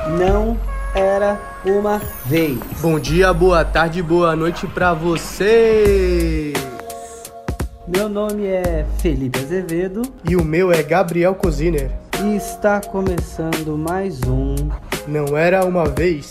Não era uma vez. Bom dia, boa tarde, boa noite pra você! Meu nome é Felipe Azevedo. E o meu é Gabriel Coziner. E está começando mais um Não Era Uma Vez.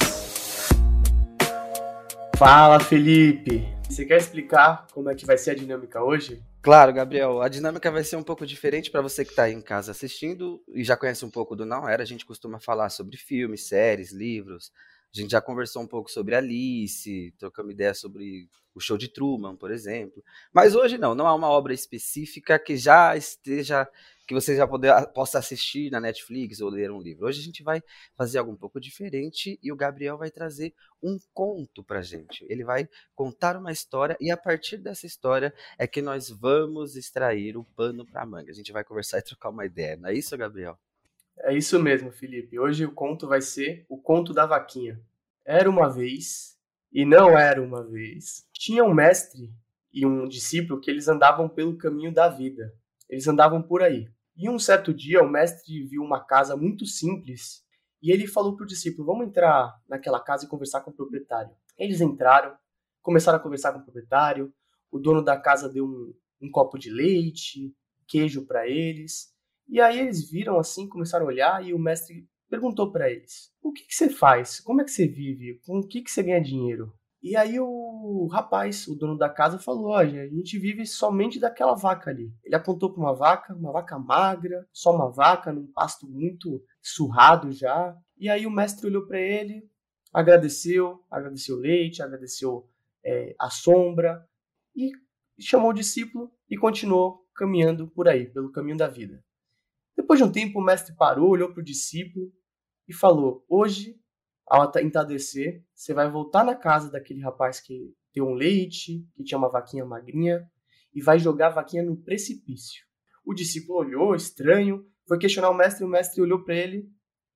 Fala, Felipe! Você quer explicar como é que vai ser a dinâmica hoje? Claro, Gabriel. A dinâmica vai ser um pouco diferente para você que está aí em casa assistindo e já conhece um pouco do Não Era. A gente costuma falar sobre filmes, séries, livros. A gente já conversou um pouco sobre Alice, trocamos ideia sobre o Show de Truman, por exemplo. Mas hoje não há uma obra específica que já esteja, que você já possa assistir na Netflix ou ler um livro. Hoje a gente vai fazer algo um pouco diferente e o Gabriel vai trazer um conto pra gente. Ele vai contar uma história e a partir dessa história é que nós vamos extrair o pano pra manga. A gente vai conversar e trocar uma ideia. Não é isso, Gabriel? É isso mesmo, Felipe. Hoje o conto vai ser o conto da vaquinha. Era uma vez, e não era uma vez. Tinha um mestre e um discípulo que eles andavam pelo caminho da vida. Eles andavam por aí. E um certo dia o mestre viu uma casa muito simples e ele falou pro discípulo: vamos entrar naquela casa e conversar com o proprietário. Eles entraram, começaram a conversar com o proprietário. O dono da casa deu um copo de leite, queijo para eles. E aí eles viram assim, começaram a olhar e o mestre perguntou para eles: o que você faz? Como é que você vive? Com o que você ganha dinheiro? E aí o rapaz, o dono da casa, falou: olha, a gente vive somente daquela vaca ali. Ele apontou para uma vaca magra, só uma vaca, num pasto muito surrado já. E aí o mestre olhou para ele, agradeceu o leite, agradeceu a sombra e chamou o discípulo e continuou caminhando por aí, pelo caminho da vida. Depois de um tempo, o mestre parou, olhou para o discípulo e falou: hoje, ao entardecer, você vai voltar na casa daquele rapaz que deu um leite, que tinha uma vaquinha magrinha, e vai jogar a vaquinha no precipício. O discípulo olhou, estranho, foi questionar o mestre olhou para ele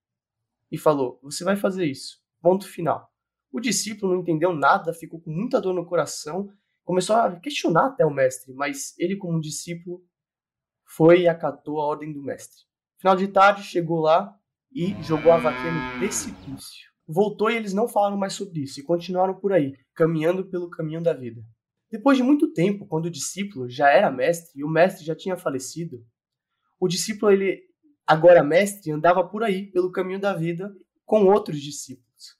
e falou: você vai fazer isso, ponto final. O discípulo não entendeu nada, ficou com muita dor no coração, começou a questionar até o mestre, mas ele, como discípulo, foi e acatou a ordem do mestre. Final de tarde, chegou lá e jogou a vaquinha no precipício. Voltou e eles não falaram mais sobre isso e continuaram por aí, caminhando pelo caminho da vida. Depois de muito tempo, quando o discípulo já era mestre e o mestre já tinha falecido, o discípulo, ele agora mestre, andava por aí pelo caminho da vida com outros discípulos.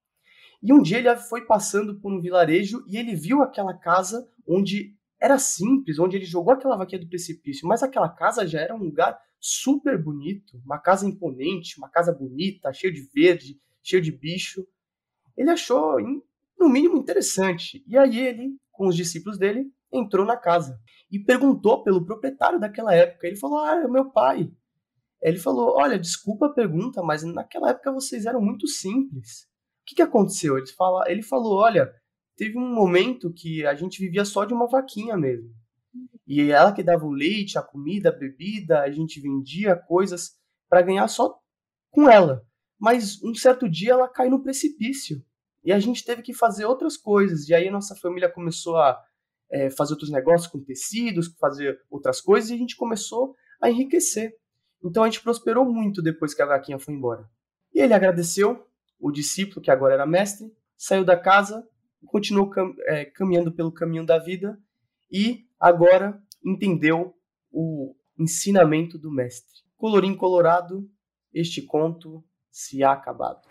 E um dia ele foi passando por um vilarejo e ele viu aquela casa onde era simples, onde ele jogou aquela vaquinha do precipício, mas aquela casa já era um lugar super bonito, uma casa imponente, uma casa bonita, cheia de verde, cheio de bicho. Ele achou, no mínimo, interessante. E aí ele, com os discípulos dele, entrou na casa e perguntou pelo proprietário daquela época. Ele falou: é o meu pai. Ele falou: olha, desculpa a pergunta, mas naquela época vocês eram muito simples. O que aconteceu? Ele falou: olha, teve um momento que a gente vivia só de uma vaquinha mesmo. E ela que dava o leite, a comida, a bebida, a gente vendia coisas para ganhar só com ela. Mas um certo dia ela caiu no precipício. E a gente teve que fazer outras coisas. E aí a nossa família começou a fazer outros negócios com tecidos, fazer outras coisas, e a gente começou a enriquecer. Então a gente prosperou muito depois que a vaquinha foi embora. E ele agradeceu, o discípulo, que agora era mestre, saiu da casa, continuou caminhando pelo caminho da vida e agora entendeu o ensinamento do mestre. Colorim colorado, este conto se ha acabado.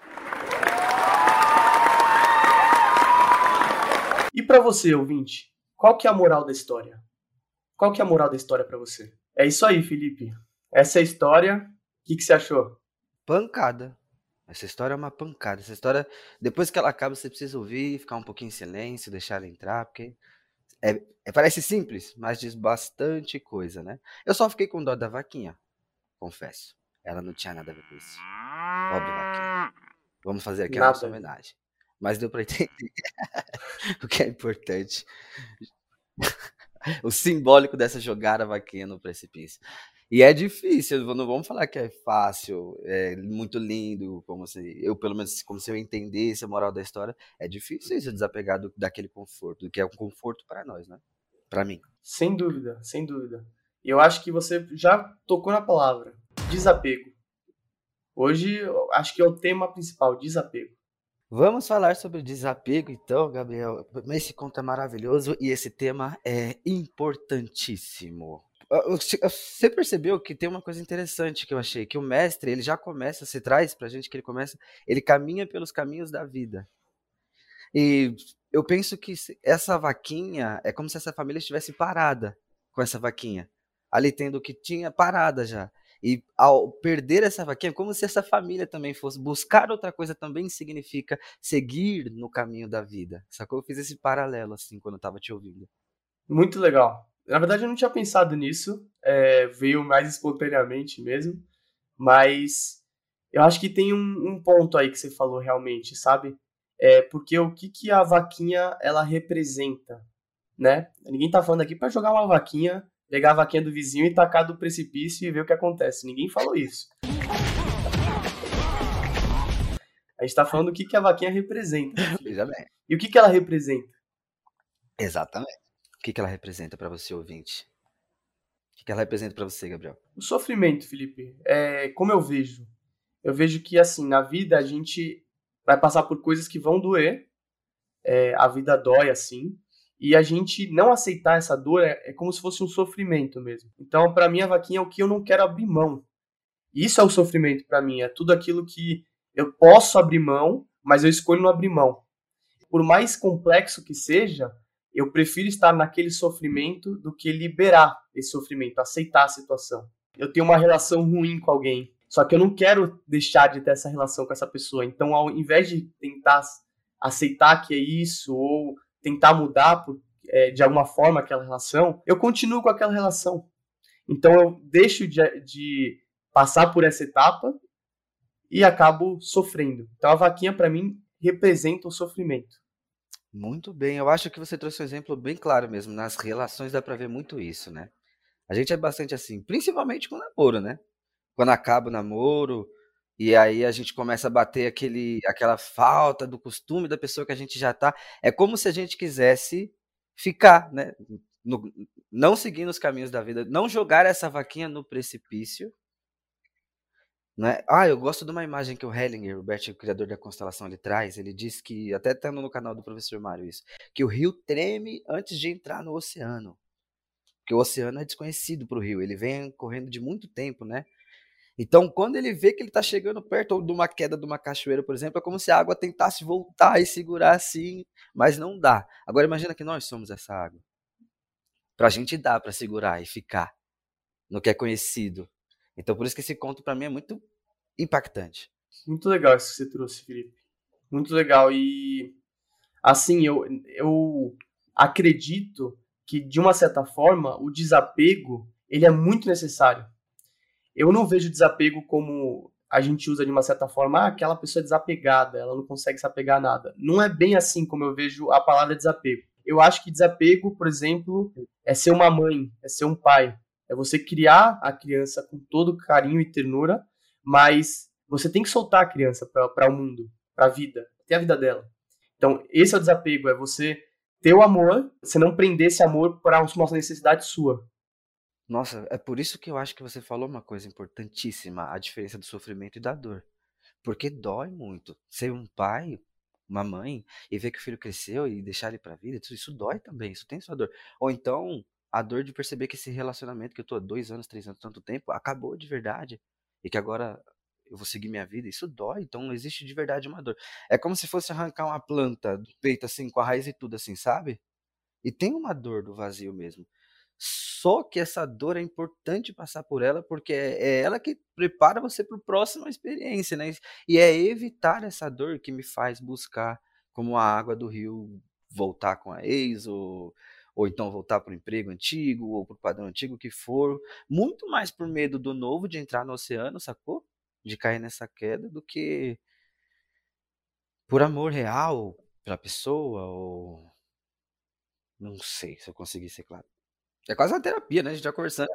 E para você, ouvinte, qual que é a moral da história? Qual que é a moral da história para você? É isso aí, Felipe. Essa é a história. O que você achou? Pancada. Essa história é uma pancada. Essa história, depois que ela acaba, você precisa ouvir, ficar um pouquinho em silêncio, deixar ela entrar, porque parece simples, mas diz bastante coisa, né? Eu só fiquei com dó da vaquinha, confesso. Ela não tinha nada a ver com isso. Pobre vaquinha. Vamos fazer aqui a nossa homenagem. Mas deu pra entender o que é importante. O simbólico dessa jogar a vaquinha no precipício. E é difícil, não vamos falar que é fácil, é muito lindo, como se eu, pelo menos, como se eu entendesse a moral da história, é difícil isso, desapegar daquele conforto, do que é um conforto para nós, né? Para mim. Sem dúvida, sem dúvida. E eu acho que você já tocou na palavra, desapego. Hoje, eu acho que é o tema principal, desapego. Vamos falar sobre desapego, então, Gabriel. Esse conto é maravilhoso e esse tema é importantíssimo. Você percebeu que tem uma coisa interessante que eu achei, que o mestre, ele já começa, se traz pra gente que ele caminha pelos caminhos da vida. E eu penso que essa vaquinha, é como se essa família estivesse parada com essa vaquinha, ali tendo o que tinha parada já. E ao perder essa vaquinha, como se essa família também fosse buscar outra coisa, também significa seguir no caminho da vida. Sacou? Eu fiz esse paralelo assim quando eu tava te ouvindo. Muito legal. Na verdade, eu não tinha pensado nisso, veio mais espontaneamente mesmo, mas eu acho que tem um ponto aí que você falou realmente, sabe? Porque o que a vaquinha, ela representa, né? Ninguém tá falando aqui pra jogar uma vaquinha, pegar a vaquinha do vizinho e tacar do precipício e ver o que acontece. Ninguém falou isso. A gente tá falando o que a vaquinha representa. Veja bem. E o que ela representa? Exatamente. O que ela representa para você, ouvinte? O que ela representa para você, Gabriel? O sofrimento, Felipe, como eu vejo. Eu vejo que, assim, na vida a gente vai passar por coisas que vão doer. A vida dói, assim. E a gente não aceitar essa dor é como se fosse um sofrimento mesmo. Então, pra mim, a vaquinha é o que eu não quero abrir mão. Isso é o sofrimento pra mim. É tudo aquilo que eu posso abrir mão, mas eu escolho não abrir mão. Por mais complexo que seja, eu prefiro estar naquele sofrimento do que liberar esse sofrimento, aceitar a situação. Eu tenho uma relação ruim com alguém, só que eu não quero deixar de ter essa relação com essa pessoa. Então, ao invés de tentar aceitar que é isso, ou tentar mudar de alguma forma aquela relação, eu continuo com aquela relação. Então, eu deixo de passar por essa etapa e acabo sofrendo. Então, a vaquinha, para mim, representa o sofrimento. Muito bem, eu acho que você trouxe um exemplo bem claro mesmo. Nas relações dá pra ver muito isso, né? A gente é bastante assim, principalmente com o namoro, né? Quando acaba o namoro, e aí a gente começa a bater aquela falta do costume da pessoa que a gente já tá. É como se a gente quisesse ficar, né? Não seguir nos caminhos da vida, não jogar essa vaquinha no precipício, né? Eu gosto de uma imagem que o Hellinger, o Bert, o criador da constelação, ele traz. Ele diz que, até tá no canal do professor Mário isso, que o rio treme antes de entrar no oceano. Porque o oceano é desconhecido para o rio, ele vem correndo de muito tempo, né? Então, quando ele vê que ele está chegando perto de uma queda de uma cachoeira, por exemplo, é como se a água tentasse voltar e segurar assim, mas não dá. Agora, imagina que nós somos essa água. Para a gente dá para segurar e ficar no que é conhecido. Então, por isso que esse conto, para mim, é muito impactante. Muito legal isso que você trouxe, Felipe. Muito legal. E, assim, eu acredito que, de uma certa forma, o desapego, ele é muito necessário. Eu não vejo desapego como a gente usa de uma certa forma, aquela pessoa é desapegada, ela não consegue se apegar a nada. Não é bem assim como eu vejo a palavra desapego. Eu acho que desapego, por exemplo, é ser uma mãe, é ser um pai. É você criar a criança com todo carinho e ternura, mas você tem que soltar a criança para o mundo, para a vida, ter a vida dela. Então, esse é o desapego, é você ter o amor, você não prender esse amor para uma necessidade sua. Nossa, é por isso que eu acho que você falou uma coisa importantíssima, a diferença do sofrimento e da dor. Porque dói muito. Ser um pai, uma mãe, e ver que o filho cresceu e deixar ele pra vida, isso dói também, isso tem sua dor. Ou então, a dor de perceber que esse relacionamento que eu tô há 2 anos, 3 anos, tanto tempo, acabou de verdade. E que agora eu vou seguir minha vida, isso dói, então existe de verdade uma dor. É como se fosse arrancar uma planta do peito, assim, com a raiz e tudo, assim, sabe? E tem uma dor do vazio mesmo. Só que essa dor é importante passar por ela, porque é ela que prepara você para a próxima experiência, né? E é evitar essa dor que me faz buscar, como a água do rio, voltar com a ex, ou então voltar para o emprego antigo, ou para o padrão antigo que for. Muito mais por medo do novo, de entrar no oceano, sacou? De cair nessa queda, do que por amor real pela pessoa, ou não sei se eu consegui ser claro. É quase uma terapia, né? A gente já conversando.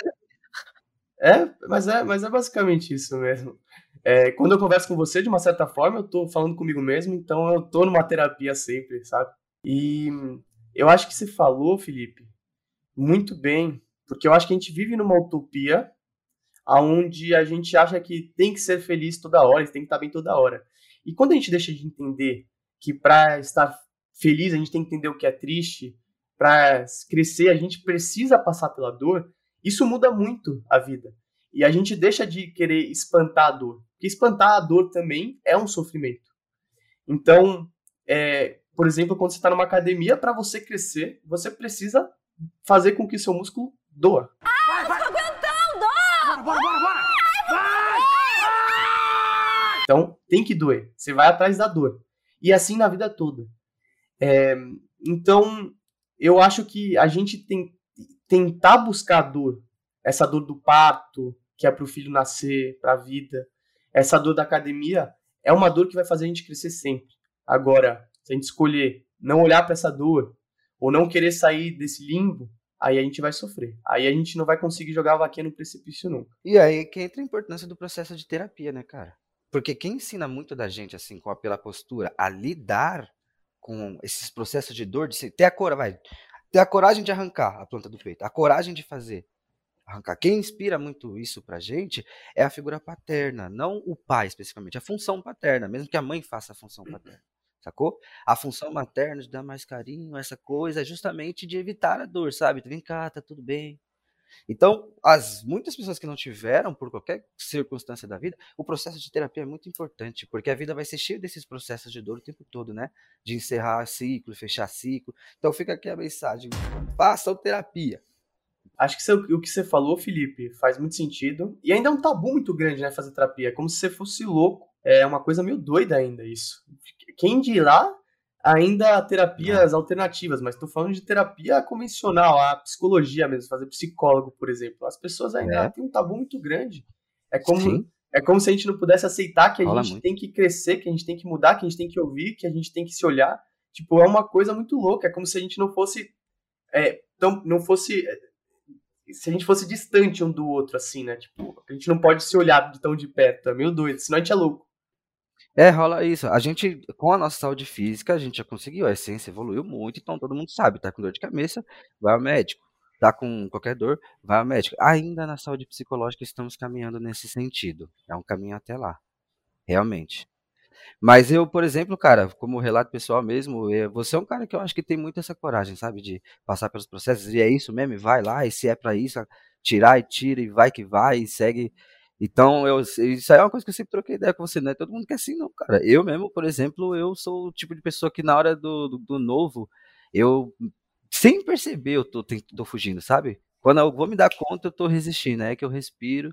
Mas é basicamente isso mesmo. Quando eu converso com você, de uma certa forma, eu tô falando comigo mesmo, então eu tô numa terapia sempre, sabe? E eu acho que você falou, Felipe, muito bem, porque eu acho que a gente vive numa utopia onde a gente acha que tem que ser feliz toda hora, tem que estar bem toda hora. E quando a gente deixa de entender que para estar feliz a gente tem que entender o que é triste, para crescer a gente precisa passar pela dor, isso muda muito a vida. E a gente deixa de querer espantar a dor, porque espantar a dor também é um sofrimento. Então, por exemplo, quando você está numa academia, para você crescer, você precisa fazer com que seu músculo doa. Então, tem que doer. Você vai atrás da dor. E assim na vida toda. Então, eu acho que a gente tentar buscar a dor, essa dor do parto, que é para o filho nascer, para a vida, essa dor da academia, é uma dor que vai fazer a gente crescer sempre. Agora, se a gente escolher não olhar para essa dor, ou não querer sair desse limbo, aí a gente vai sofrer. Aí a gente não vai conseguir jogar a vaquinha no precipício nunca. E aí que entra a importância do processo de terapia, né, cara? Porque quem ensina muito da gente, assim, pela postura, a lidar com esses processos de dor, de ter a coragem de arrancar a planta do peito, a coragem de fazer, arrancar. Quem inspira muito isso pra gente é a figura paterna, não o pai especificamente, a função paterna, mesmo que a mãe faça a função paterna, sacou? A função materna de dar mais carinho, essa coisa, é justamente de evitar a dor, sabe? Vem cá, tá tudo bem. Então, muitas pessoas que não tiveram, por qualquer circunstância da vida, o processo de terapia é muito importante, porque a vida vai ser cheia desses processos de dor o tempo todo, né? De encerrar ciclo, fechar ciclo. Então fica aqui a mensagem, façam terapia. Acho que o que você falou, Felipe, faz muito sentido. E ainda é um tabu muito grande, né, fazer terapia. É como se você fosse louco. É uma coisa meio doida ainda isso. Quem dirá ainda terapias alternativas, mas estou falando de terapia convencional, a psicologia mesmo, fazer psicólogo, por exemplo. As pessoas ainda têm um tabu muito grande. É como se a gente não pudesse aceitar que a gente tem que crescer, que a gente tem que mudar, que a gente tem que ouvir, que a gente tem que se olhar. Tipo, é uma coisa muito louca. É como se a gente não fosse... se a gente fosse distante um do outro, assim, né? Tipo, a gente não pode se olhar de tão de perto. É meio doido, senão a gente é louco. Rola isso. A gente, com a nossa saúde física, a gente já conseguiu, a ciência evoluiu muito, então todo mundo sabe, tá com dor de cabeça, vai ao médico. Tá com qualquer dor, vai ao médico. Ainda na saúde psicológica estamos caminhando nesse sentido. É um caminho até lá, realmente. Mas eu, por exemplo, cara, como relato pessoal mesmo, você é um cara que eu acho que tem muito essa coragem, sabe? De passar pelos processos, e é isso mesmo, e vai lá, e se é pra isso, tirar e tira, e vai que vai, e segue. Então, isso aí é uma coisa que eu sempre troquei ideia com você, né? Todo mundo quer assim, não, cara. Eu mesmo, por exemplo, eu sou o tipo de pessoa que na hora do novo, eu, sem perceber, eu tô fugindo, sabe? Quando eu vou me dar conta, eu tô resistindo, é que eu respiro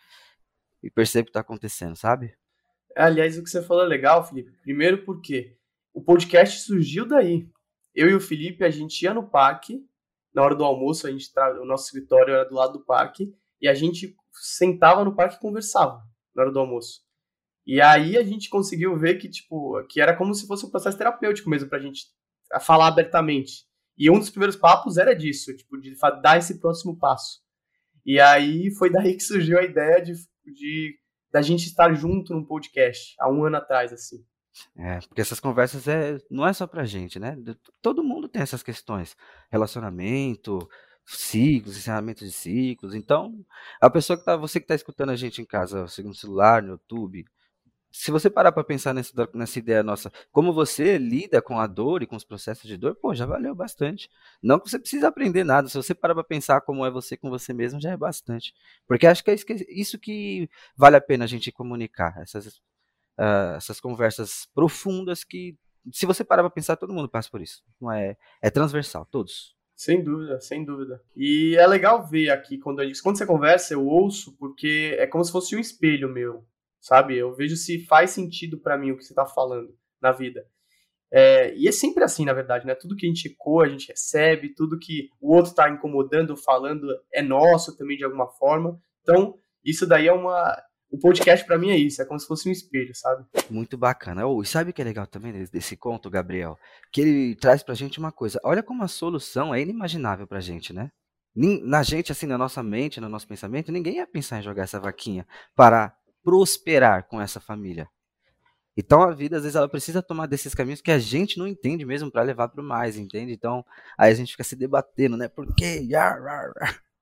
e percebo o que tá acontecendo, sabe? Aliás, o que você falou é legal, Felipe. Primeiro porque o podcast surgiu daí. Eu e o Felipe, a gente ia no parque, na hora do almoço, o nosso escritório era do lado do parque, e a gente sentava no parque e conversava na hora do almoço. E aí a gente conseguiu ver que era como se fosse um processo terapêutico mesmo pra gente falar abertamente. E um dos primeiros papos era disso, de dar esse próximo passo. E aí foi daí que surgiu a ideia da gente estar junto num podcast, há 1 ano atrás, assim. Porque essas conversas não é só pra gente, né? Todo mundo tem essas questões. Relacionamento, ciclos, encerramento de ciclos. Então, você que tá escutando a gente em casa, segundo celular, no YouTube, se você parar pra pensar nessa ideia nossa, como você lida com a dor e com os processos de dor, pô, já valeu bastante. Não que você precise aprender nada, se você parar pra pensar como é você com você mesmo, já é bastante. Porque acho que é isso que vale a pena a gente comunicar, essas conversas profundas que, se você parar pra pensar, todo mundo passa por isso. Não é transversal, todos. Sem dúvida, sem dúvida. E é legal ver aqui, quando você conversa, eu ouço, porque é como se fosse um espelho meu, sabe? Eu vejo se faz sentido pra mim o que você tá falando na vida. E é sempre assim, na verdade, né? Tudo que a gente ecoa, a gente recebe, tudo que o outro tá incomodando, falando, é nosso também, de alguma forma. Então, isso daí o podcast pra mim é isso, é como se fosse um espelho, sabe? Muito bacana. E sabe o que é legal também desse conto, Gabriel? Que ele traz pra gente uma coisa. Olha como a solução é inimaginável pra gente, né? Na gente, assim, na nossa mente, no nosso pensamento, ninguém ia pensar em jogar essa vaquinha para prosperar com essa família. Então a vida, às vezes, ela precisa tomar desses caminhos que a gente não entende mesmo para levar pro mais, entende? Então, aí a gente fica se debatendo, né? Por quê?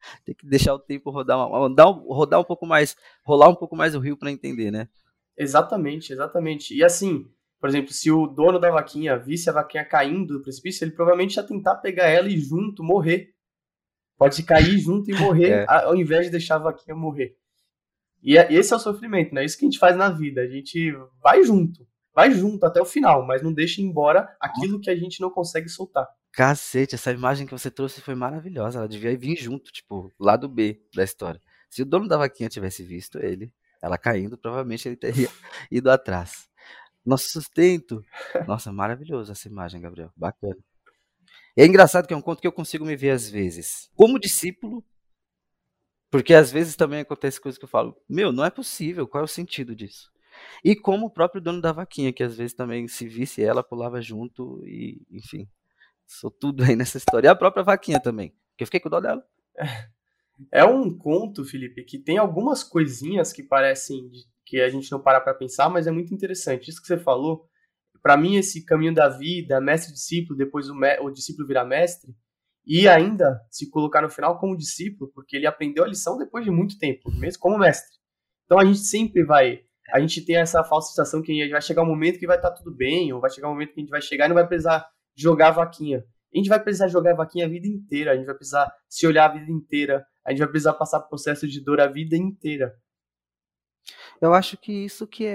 Tem que deixar o tempo rodar um pouco mais, rolar um pouco mais o rio para entender, né? Exatamente, exatamente. E assim, por exemplo, se o dono da vaquinha visse a vaquinha caindo do precipício, ele provavelmente ia tentar pegar ela e junto morrer. Pode cair junto e morrer, ao invés de deixar a vaquinha morrer. E esse é o sofrimento, né? Isso que a gente faz na vida. A gente vai junto até o final, mas não deixa ir embora aquilo que a gente não consegue soltar. Cacete, essa imagem que você trouxe foi maravilhosa. Ela devia vir junto, tipo, lado B da história. Se o dono da vaquinha tivesse visto ela caindo, provavelmente ele teria ido atrás. Nosso sustento. Nossa, maravilhoso essa imagem, Gabriel. Bacana. E é engraçado que é um conto que eu consigo me ver às vezes como discípulo, porque às vezes também acontece coisas que eu falo, não é possível, qual é o sentido disso? E como o próprio dono da vaquinha, que às vezes também, se visse ela, pulava junto e, enfim, sou tudo aí nessa história. E a própria vaquinha também, que eu fiquei com dó dela. É um conto, Felipe, que tem algumas coisinhas que parecem que a gente não para pra pensar, mas é muito interessante. Isso que você falou, para mim, esse caminho da vida, mestre-discípulo, depois o discípulo virar mestre, e ainda se colocar no final como discípulo, porque ele aprendeu a lição depois de muito tempo, mesmo como mestre. Então a gente sempre a gente tem essa falsa sensação que vai chegar um momento que vai estar tudo bem, ou vai chegar um momento que a gente vai chegar e não vai precisar jogar a vaquinha. A gente vai precisar jogar a vaquinha a vida inteira, a gente vai precisar se olhar a vida inteira, a gente vai precisar passar por processo de dor a vida inteira. Eu acho que isso que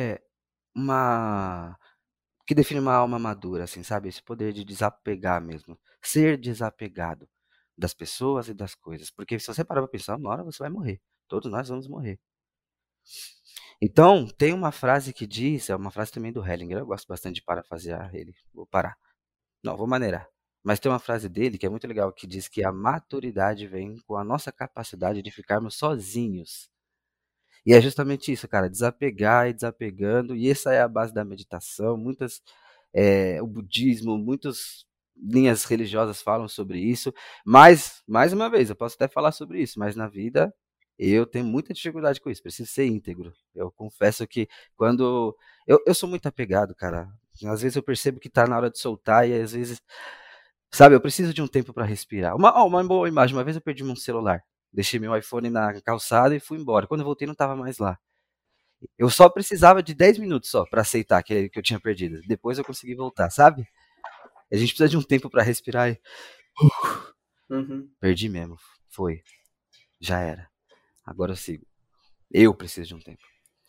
que define uma alma madura, assim, sabe? Esse poder de desapegar mesmo. Ser desapegado das pessoas e das coisas. Porque se você parar pra pensar, uma hora você vai morrer. Todos nós vamos morrer. Então, tem uma frase que diz, é uma frase também do Hellinger, eu gosto bastante de parafrasear ele. Vou parar. Não, vou maneirar. Mas tem uma frase dele que é muito legal, que diz que a maturidade vem com a nossa capacidade de ficarmos sozinhos. E é justamente isso, cara, desapegar e desapegando, e essa é a base da meditação. O budismo, muitas linhas religiosas falam sobre isso, mas, mais uma vez, eu posso até falar sobre isso, mas na vida eu tenho muita dificuldade com isso, preciso ser íntegro. Eu confesso que quando... Eu sou muito apegado, cara. Às vezes eu percebo que tá na hora de soltar e às vezes, sabe, eu preciso de um tempo para respirar. Uma boa imagem, uma vez eu perdi meu celular. Deixei meu iPhone na calçada e fui embora. Quando eu voltei, não estava mais lá. Eu só precisava de 10 minutos só para aceitar que eu tinha perdido. Depois eu consegui voltar, sabe? A gente precisa de um tempo para respirar e... Perdi mesmo. Foi. Já era. Agora eu sigo. Eu preciso de um tempo.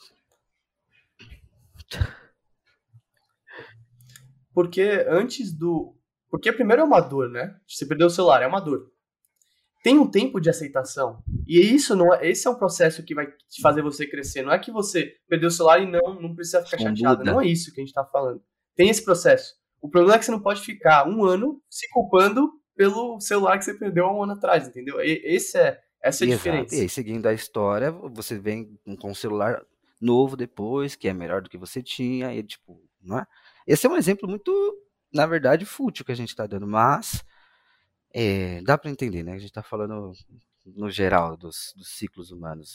Porque primeiro é uma dor, né? Você perdeu o celular, é uma dor. Tem um tempo de aceitação. E esse é um processo que vai te fazer você crescer. Não é que você perdeu o celular e não precisa ficar chateado. Não é isso que a gente tá falando. Tem esse processo. O problema é que você não pode ficar um ano se culpando pelo celular que você perdeu há um ano atrás, entendeu? Essa é a diferença. E aí, seguindo a história, você vem com um celular novo depois, que é melhor do que você tinha, e tipo, não é? Esse é um exemplo muito, na verdade, fútil que a gente tá dando, mas... dá para entender, né? A gente está falando no geral dos ciclos humanos.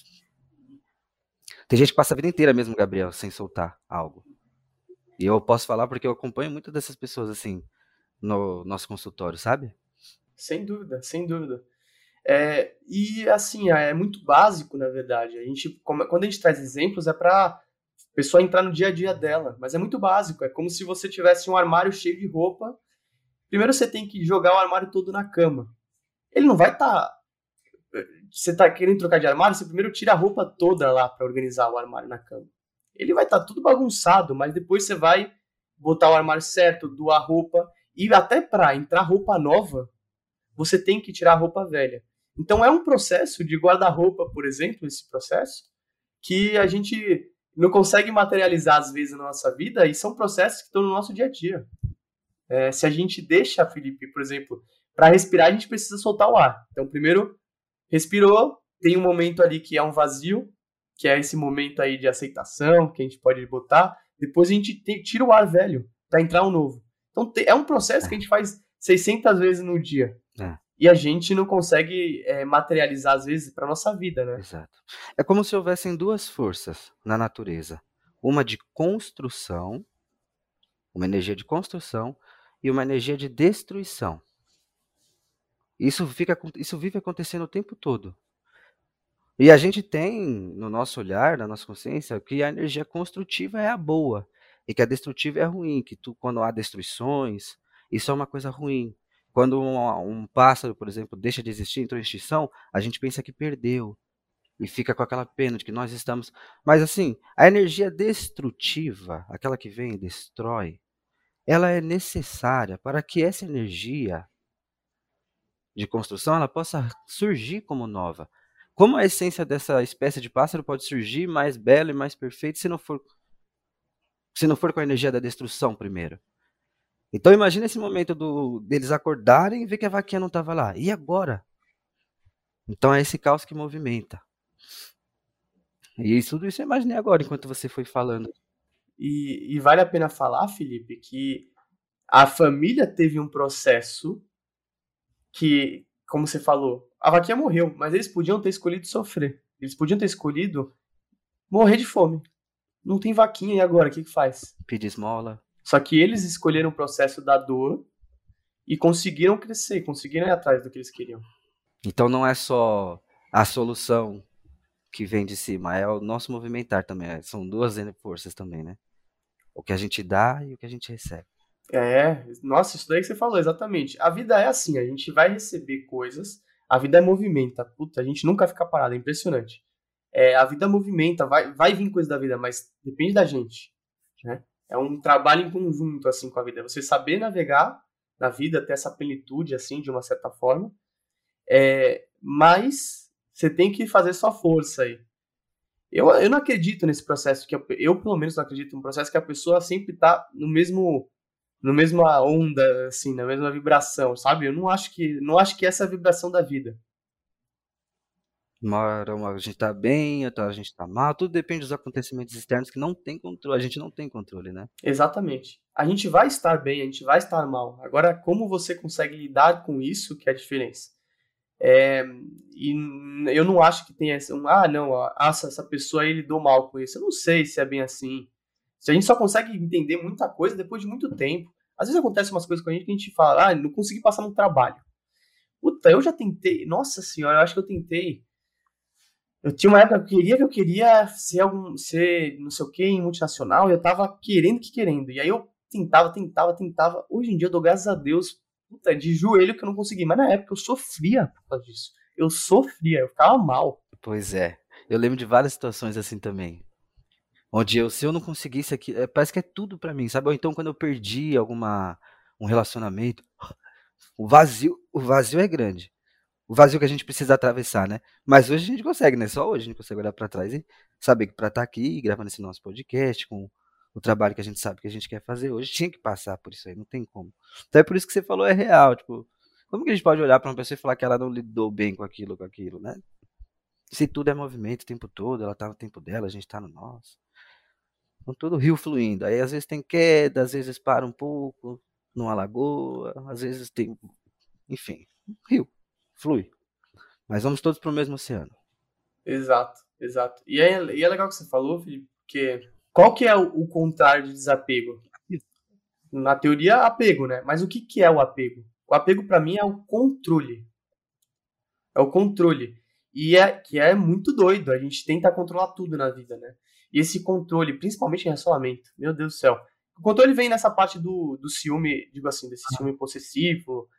Tem gente que passa a vida inteira mesmo, Gabriel, sem soltar algo. E eu posso falar porque eu acompanho muitas dessas pessoas, assim, no nosso consultório, sabe? Sem dúvida, sem dúvida. E, assim, é muito básico, na verdade. Quando a gente traz exemplos, é para a pessoa entrar no dia a dia dela. Mas é muito básico. É como se você tivesse um armário cheio de roupa. Primeiro você tem que jogar o armário todo na cama. Ele não vai estar... Você está querendo trocar de armário, você primeiro tira a roupa toda lá para organizar o armário na cama. Ele vai estar tudo bagunçado, mas depois você vai botar o armário certo, doar roupa. E até para entrar roupa nova, você tem que tirar a roupa velha. Então é um processo de guarda-roupa, por exemplo, esse processo, que a gente não consegue materializar às vezes na nossa vida, e são processos que estão no nosso dia a dia. Se a gente deixa, Felipe, por exemplo, para respirar, a gente precisa soltar o ar. Então, primeiro, respirou, tem um momento ali que é um vazio, que é esse momento aí de aceitação, que a gente pode botar. Depois a gente tira o ar velho para entrar um novo. Então, é um processo que a gente faz 600 vezes no dia. E a gente não consegue materializar, às vezes, para nossa vida, né? Exato. É como se houvessem duas forças na natureza. Uma de construção, uma energia de construção, e uma energia de destruição. Isso vive acontecendo o tempo todo. E a gente tem no nosso olhar, na nossa consciência, que a energia construtiva é a boa e que a destrutiva é ruim, que quando há destruições, isso é uma coisa ruim. Quando um pássaro, por exemplo, deixa de existir, entrou em extinção, a gente pensa que perdeu e fica com aquela pena de que nós estamos. Mas assim, a energia destrutiva, aquela que vem e destrói, ela é necessária para que essa energia de construção ela possa surgir como nova. Como a essência dessa espécie de pássaro pode surgir mais bela e mais perfeita se não for com a energia da destruição primeiro? Então imagina esse momento deles acordarem e ver que a vaquinha não estava lá. E agora? Então é esse caos que movimenta. E tudo isso eu imaginei agora, enquanto você foi falando. E vale a pena falar, Felipe, que a família teve um processo que, como você falou, a vaquinha morreu, mas eles podiam ter escolhido sofrer. Eles podiam ter escolhido morrer de fome. Não tem vaquinha, e agora? O que faz? Pedir esmola. Só que eles escolheram o processo da dor e conseguiram crescer, conseguiram ir atrás do que eles queriam. Então não é só a solução que vem de cima, é o nosso movimentar também. São duas forças também, né? O que a gente dá e o que a gente recebe. Nossa, isso daí que você falou, exatamente. A vida é assim, a gente vai receber coisas, a vida movimenta. Puta, a gente nunca fica parado, é impressionante. A vida movimenta, vai vir coisa da vida, mas depende da gente, né? É um trabalho em conjunto, assim, com a vida. Você saber navegar na vida, ter essa plenitude, assim, de uma certa forma. Mas você tem que fazer sua força aí. Eu não acredito nesse processo, eu pelo menos não acredito num processo que a pessoa sempre tá na mesma onda, assim, na mesma vibração, sabe? Eu não acho que essa é a vibração da vida. Uma hora a gente tá bem, outra hora a gente tá mal, tudo depende dos acontecimentos externos que não tem controle, a gente não tem controle, né? Exatamente. A gente vai estar bem, a gente vai estar mal. Agora, como você consegue lidar com isso que é a diferença. E eu não acho que tenha essa pessoa aí lidou mal com isso. Eu não sei se é bem assim. A gente só consegue entender muita coisa depois de muito tempo. Às vezes acontecem umas coisas com a gente que a gente fala, não consegui passar no trabalho. Puta, eu já tentei, nossa senhora, eu acho que eu tentei. Eu tinha uma época que eu queria ser não sei o que em multinacional, e eu tava querendo. E aí eu tentava. Hoje em dia eu dou graças a Deus, puta, de joelho que eu não consegui. Mas na época eu sofria por causa disso. Eu ficava mal. Pois é, eu lembro de várias situações assim também. Onde se eu não conseguisse aqui, parece que é tudo pra mim, sabe? Ou então quando eu perdi um relacionamento, o vazio é grande. O vazio que a gente precisa atravessar, né? Mas hoje a gente consegue, né? Só hoje a gente consegue olhar pra trás e saber que pra estar aqui gravando esse nosso podcast, com o trabalho que a gente sabe que a gente quer fazer hoje, tinha que passar por isso aí, não tem como. Então é por isso que você falou, é real, tipo, como que a gente pode olhar pra uma pessoa e falar que ela não lidou bem com aquilo, né? Se tudo é movimento o tempo todo, ela tá no tempo dela, a gente tá no nosso. Com todo o rio fluindo. Aí às vezes tem queda, às vezes para um pouco, numa lagoa, às vezes tem, enfim, rio. Flui. Mas vamos todos para o mesmo oceano. Exato. E é legal que você falou, Felipe, porque qual que é o contrário de desapego? Na teoria, apego, né? Mas o que é o apego? O apego, para mim, é o controle. É o controle. Que é muito doido. A gente tenta controlar tudo na vida, né? E esse controle, principalmente em relacionamento, meu Deus do céu. O controle vem nessa parte do ciúme, digo assim, desse ciúme possessivo,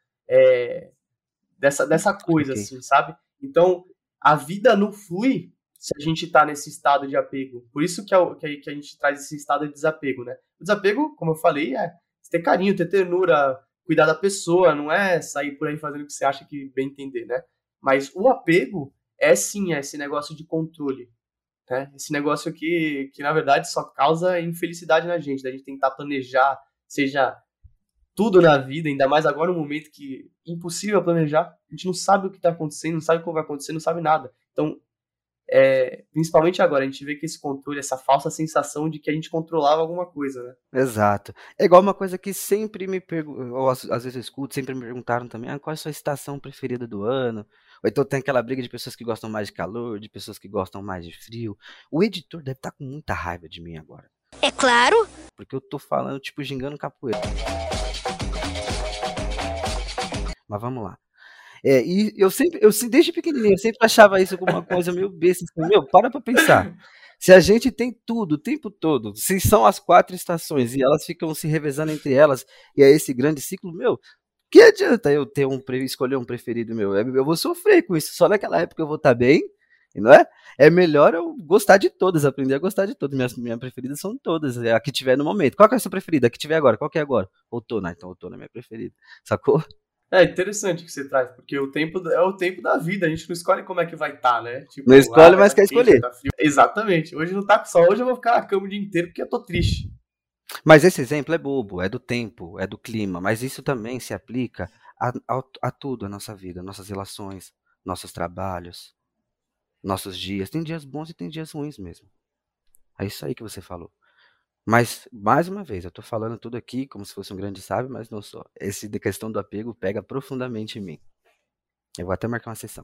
dessa coisa, okay, assim, sabe? Então, a vida não flui se a gente tá nesse estado de apego. Por isso que a gente traz esse estado de desapego, né? O desapego, como eu falei, é ter carinho, ter ternura, cuidar da pessoa, não é sair por aí fazendo o que você acha que bem entender, né? Mas o apego sim, é esse negócio de controle, né? Esse negócio que na verdade só causa infelicidade na gente, da gente tentar planejar, seja tudo na vida, ainda mais agora no momento que é impossível planejar, a gente não sabe o que está acontecendo, não sabe como vai acontecer, não sabe nada. Então, principalmente agora, a gente vê que esse controle, essa falsa sensação de que a gente controlava alguma coisa, né? Exato. É igual uma coisa que sempre me perguntam, ou às vezes eu escuto, sempre me perguntaram também, qual é a sua estação preferida do ano? Ou então tem aquela briga de pessoas que gostam mais de calor, de pessoas que gostam mais de frio. O editor deve estar com muita raiva de mim agora. É claro! Porque eu tô falando tipo gingando capoeira. Mas vamos lá. E desde pequenininho, eu sempre achava isso como uma coisa meio besta. Assim, para pra pensar. Se a gente tem tudo o tempo todo, se são as 4 estações e elas ficam se revezando entre elas, e é esse grande ciclo, que adianta eu ter escolher um preferido meu? Eu vou sofrer com isso. Só naquela época eu vou estar bem, não é? É melhor eu gostar de todas, aprender a gostar de todas. Minhas preferidas são todas, é a que tiver no momento. Qual que é a sua preferida? A que tiver agora? Qual que é agora? Outono, então outono é minha preferida. Sacou? É interessante o que você traz, porque o tempo é o tempo da vida, a gente não escolhe como é que vai estar, né? Tipo, Não escolhe, mas vai quer tá quente, escolher. vai tá frio. Exatamente. Hoje não tá sol, hoje eu vou ficar na cama o dia inteiro porque eu tô triste. Mas esse exemplo é bobo, é do tempo, é do clima, mas isso também se aplica a tudo, a nossa vida, nossas relações, nossos trabalhos, nossos dias. Tem dias bons e tem dias ruins mesmo. É isso aí que você falou. Mas, mais uma vez, eu tô falando tudo aqui como se fosse um grande sábio, mas não sou. Esse de questão do apego pega profundamente em mim. Eu vou até marcar uma sessão.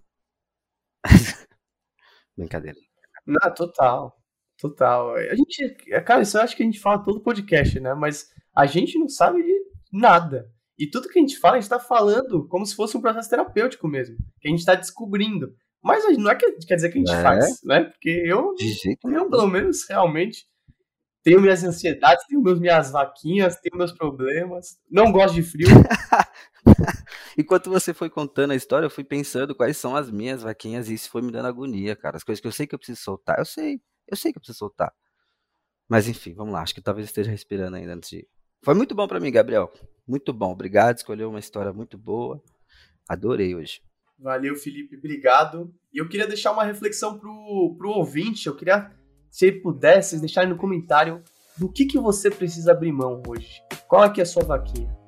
Brincadeira. Não, total. Total. A gente, cara, isso eu acho que a gente fala todo podcast, né? Mas a gente não sabe de nada. E tudo que a gente fala, a gente tá falando como se fosse um processo terapêutico mesmo. Que a gente tá descobrindo. Mas não é que quer dizer que a gente faz, né? Porque De jeito eu nenhum. pelo menos, realmente, tenho minhas ansiedades, tenho minhas vaquinhas, tenho meus problemas. Não gosto de frio. Enquanto você foi contando a história, eu fui pensando quais são as minhas vaquinhas e isso foi me dando agonia, cara. As coisas que eu sei que eu preciso soltar, eu sei que eu preciso soltar. Mas enfim, vamos lá, acho que talvez eu esteja respirando ainda antes de ir. Foi muito bom pra mim, Gabriel. Muito bom, obrigado, escolheu uma história muito boa. Adorei hoje. Valeu, Felipe, obrigado. E eu queria deixar uma reflexão pro ouvinte. Eu queria, se pudesse, deixar aí no comentário do que você precisa abrir mão hoje. Qual é que é a sua vaquinha?